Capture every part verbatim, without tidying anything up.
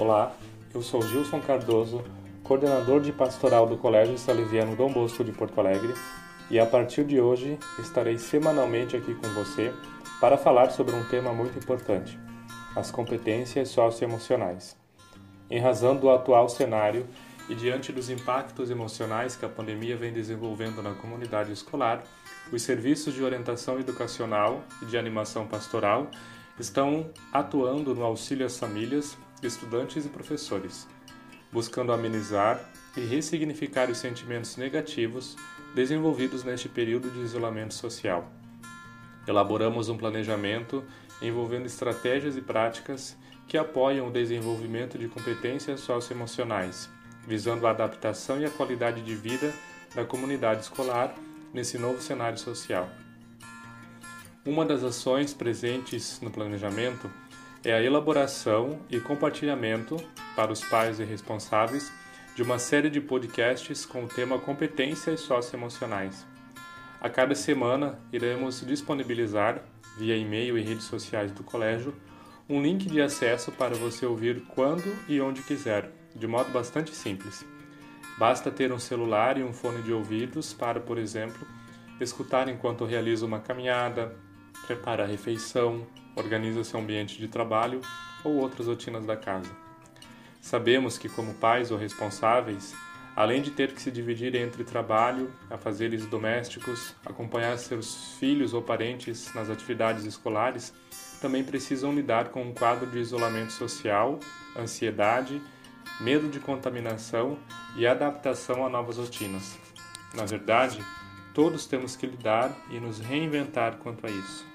Olá, eu sou Gilson Cardoso, coordenador de pastoral do Colégio Salesiano Dom Bosco de Porto Alegre, e a partir de hoje estarei semanalmente aqui com você para falar sobre um tema muito importante: as competências socioemocionais. Em razão do atual cenário e diante dos impactos emocionais que a pandemia vem desenvolvendo na comunidade escolar, os serviços de orientação educacional e de animação pastoral estão atuando no auxílio às famílias, estudantes e professores, buscando amenizar e ressignificar os sentimentos negativos desenvolvidos neste período de isolamento social. Elaboramos um planejamento envolvendo estratégias e práticas que apoiam o desenvolvimento de competências socioemocionais, visando a adaptação e a qualidade de vida da comunidade escolar nesse novo cenário social. Uma das ações presentes no planejamento é a elaboração e compartilhamento para os pais e responsáveis de uma série de podcasts com o tema Competências Socioemocionais. A cada semana iremos disponibilizar, via e-mail e redes sociais do colégio, um link de acesso para você ouvir quando e onde quiser, de modo bastante simples. Basta ter um celular e um fone de ouvidos para, por exemplo, escutar enquanto realiza uma caminhada, prepara a refeição, organiza seu ambiente de trabalho ou outras rotinas da casa. Sabemos que, como pais ou responsáveis, além de ter que se dividir entre trabalho, afazeres domésticos, acompanhar seus filhos ou parentes nas atividades escolares, também precisam lidar com um quadro de isolamento social, ansiedade, medo de contaminação e adaptação a novas rotinas. Na verdade, todos temos que lidar e nos reinventar quanto a isso.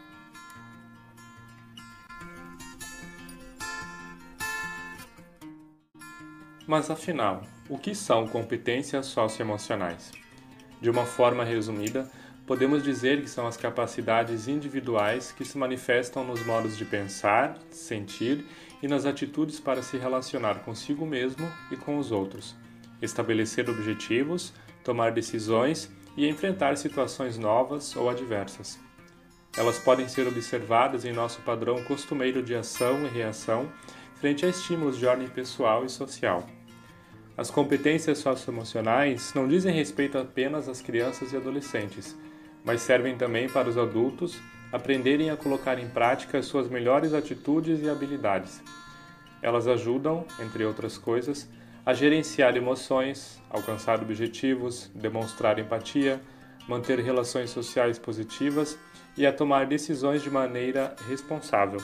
Mas afinal, o que são competências socioemocionais? De uma forma resumida, podemos dizer que são as capacidades individuais que se manifestam nos modos de pensar, sentir e nas atitudes para se relacionar consigo mesmo e com os outros, estabelecer objetivos, tomar decisões e enfrentar situações novas ou adversas. Elas podem ser observadas em nosso padrão costumeiro de ação e reação frente a estímulos de ordem pessoal e social. As competências socioemocionais não dizem respeito apenas às crianças e adolescentes, mas servem também para os adultos aprenderem a colocar em prática suas melhores atitudes e habilidades. Elas ajudam, entre outras coisas, a gerenciar emoções, alcançar objetivos, demonstrar empatia, manter relações sociais positivas e a tomar decisões de maneira responsável.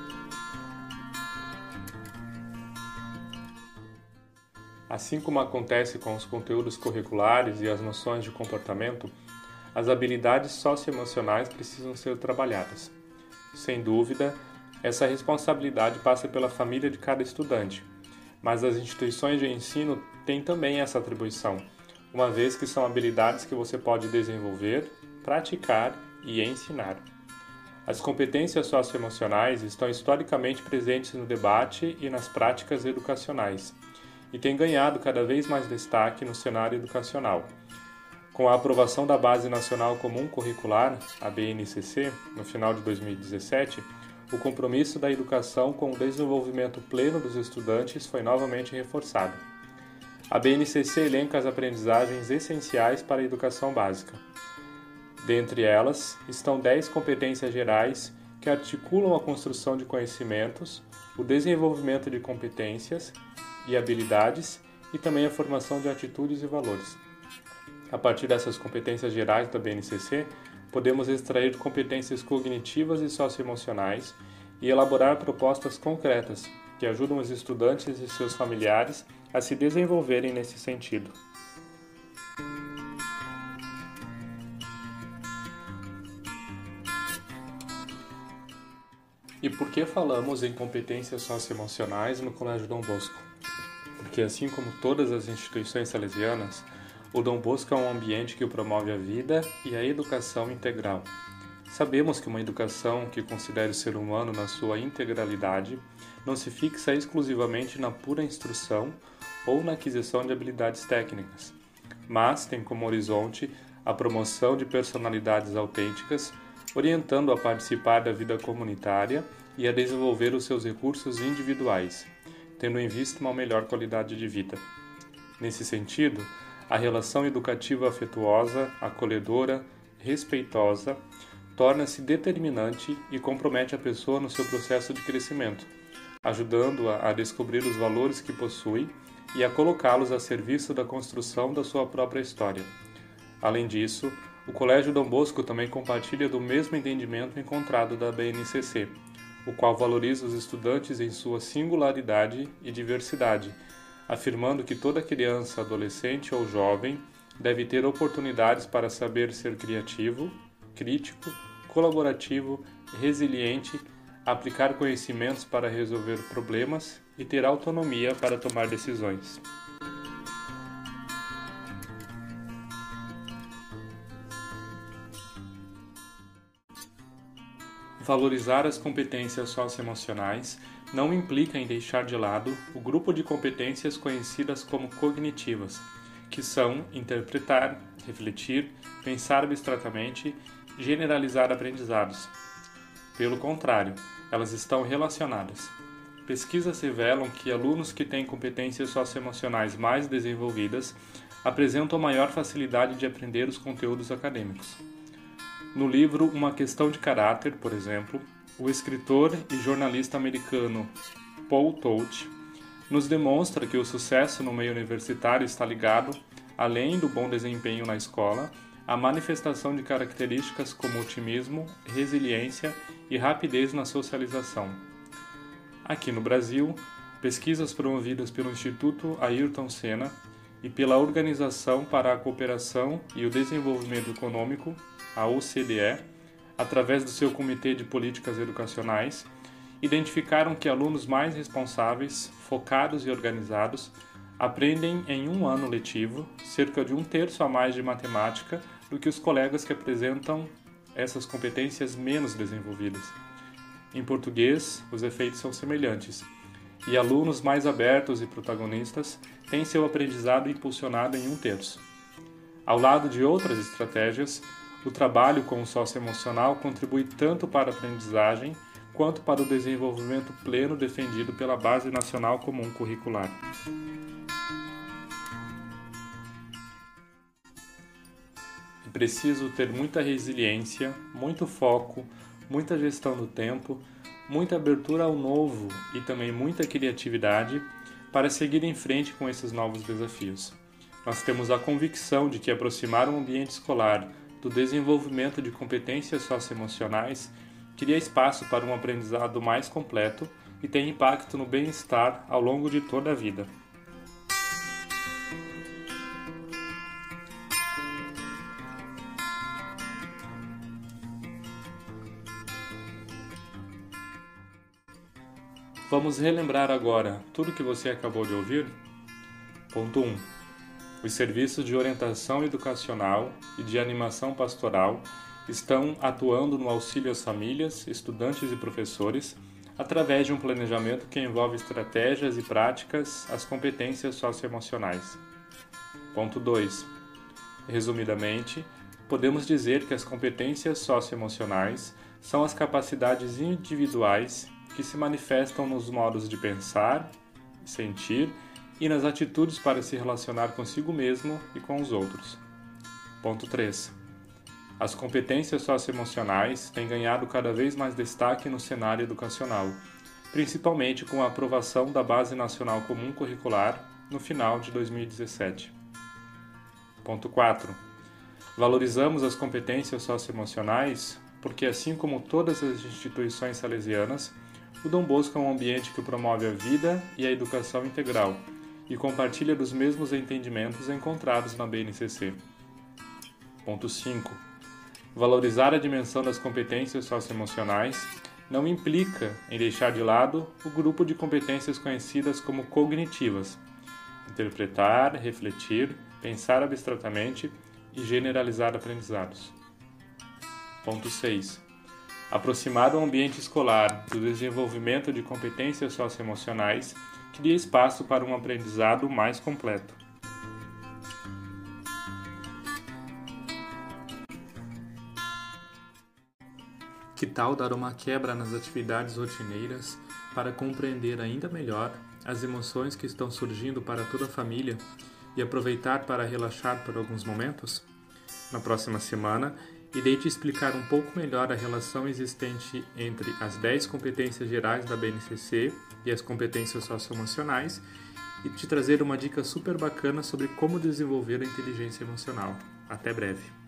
Assim como acontece com os conteúdos curriculares e as noções de comportamento, as habilidades socioemocionais precisam ser trabalhadas. Sem dúvida, essa responsabilidade passa pela família de cada estudante, mas as instituições de ensino têm também essa atribuição, uma vez que são habilidades que você pode desenvolver, praticar e ensinar. As competências socioemocionais estão historicamente presentes no debate e nas práticas educacionais, e têm ganhado cada vez mais destaque no cenário educacional. Com a aprovação da Base Nacional Comum Curricular, a B N C C, no final de dois mil e dezessete, o compromisso da educação com o desenvolvimento pleno dos estudantes foi novamente reforçado. A B N C C elenca as aprendizagens essenciais para a educação básica. Dentre elas, estão dez competências gerais que articulam a construção de conhecimentos, o desenvolvimento de competências e habilidades e também a formação de atitudes e valores. A partir dessas competências gerais da B N C C, podemos extrair competências cognitivas e socioemocionais e elaborar propostas concretas que ajudam os estudantes e seus familiares a se desenvolverem nesse sentido. E por que falamos em competências socioemocionais no Colégio Dom Bosco? Porque, assim como todas as instituições salesianas, o Dom Bosco é um ambiente que promove a vida e a educação integral. Sabemos que uma educação que considere o ser humano na sua integralidade não se fixa exclusivamente na pura instrução ou na aquisição de habilidades técnicas, mas tem como horizonte a promoção de personalidades autênticas, orientando a participar da vida comunitária e a desenvolver os seus recursos individuais, tendo em vista uma melhor qualidade de vida. Nesse sentido, a relação educativa afetuosa, acolhedora, respeitosa, torna-se determinante e compromete a pessoa no seu processo de crescimento, ajudando-a a descobrir os valores que possui e a colocá-los a serviço da construção da sua própria história. Além disso, o Colégio Dom Bosco também compartilha do mesmo entendimento encontrado da B N C C, o qual valoriza os estudantes em sua singularidade e diversidade, afirmando que toda criança, adolescente ou jovem deve ter oportunidades para saber ser criativo, crítico, colaborativo, resiliente, aplicar conhecimentos para resolver problemas e ter autonomia para tomar decisões. Valorizar as competências socioemocionais não implica em deixar de lado o grupo de competências conhecidas como cognitivas, que são interpretar, refletir, pensar abstratamente e generalizar aprendizados. Pelo contrário, elas estão relacionadas. Pesquisas revelam que alunos que têm competências socioemocionais mais desenvolvidas apresentam maior facilidade de aprender os conteúdos acadêmicos. No livro Uma Questão de Caráter, por exemplo, o escritor e jornalista americano Paul Todt nos demonstra que o sucesso no meio universitário está ligado, além do bom desempenho na escola, à manifestação de características como otimismo, resiliência e rapidez na socialização. Aqui no Brasil, pesquisas promovidas pelo Instituto Ayrton Senna e pela Organização para a Cooperação e o Desenvolvimento Econômico, a O C D E, através do seu Comitê de Políticas Educacionais, identificaram que alunos mais responsáveis, focados e organizados aprendem em um ano letivo cerca de um terço a mais de matemática do que os colegas que apresentam essas competências menos desenvolvidas. Em português, os efeitos são semelhantes, e alunos mais abertos e protagonistas têm seu aprendizado impulsionado em um terço. Ao lado de outras estratégias, o trabalho com o socioemocional contribui tanto para a aprendizagem quanto para o desenvolvimento pleno defendido pela Base Nacional Comum Curricular. É preciso ter muita resiliência, muito foco, muita gestão do tempo, muita abertura ao novo e também muita criatividade para seguir em frente com esses novos desafios. Nós temos a convicção de que aproximar um ambiente escolar do desenvolvimento de competências socioemocionais cria espaço para um aprendizado mais completo e tem impacto no bem-estar ao longo de toda a vida. Vamos relembrar agora tudo que você acabou de ouvir? Ponto um. Os serviços de orientação educacional e de animação pastoral estão atuando no auxílio às famílias, estudantes e professores através de um planejamento que envolve estratégias e práticas às competências socioemocionais. Ponto dois. Resumidamente, podemos dizer que as competências socioemocionais são as capacidades individuais que se manifestam nos modos de pensar, sentir e nas atitudes para se relacionar consigo mesmo e com os outros. Ponto três. As competências socioemocionais têm ganhado cada vez mais destaque no cenário educacional, principalmente com a aprovação da Base Nacional Comum Curricular no final de dois mil e dezessete. Ponto quatro. Valorizamos as competências socioemocionais porque, assim como todas as instituições salesianas, o Dom Bosco é um ambiente que promove a vida e a educação integral e compartilha dos mesmos entendimentos encontrados na B N C C. Ponto cinco. Valorizar a dimensão das competências socioemocionais não implica em deixar de lado o grupo de competências conhecidas como cognitivas: interpretar, refletir, pensar abstratamente e generalizar aprendizados. Ponto seis. Aproximar o ambiente escolar do desenvolvimento de competências socioemocionais cria espaço para um aprendizado mais completo. Que tal dar uma quebra nas atividades rotineiras para compreender ainda melhor as emoções que estão surgindo para toda a família e aproveitar para relaxar por alguns momentos? Na próxima semana, irei te explicar um pouco melhor a relação existente entre as dez competências gerais da B N C C e as competências socioemocionais e te trazer uma dica super bacana sobre como desenvolver a inteligência emocional. Até breve!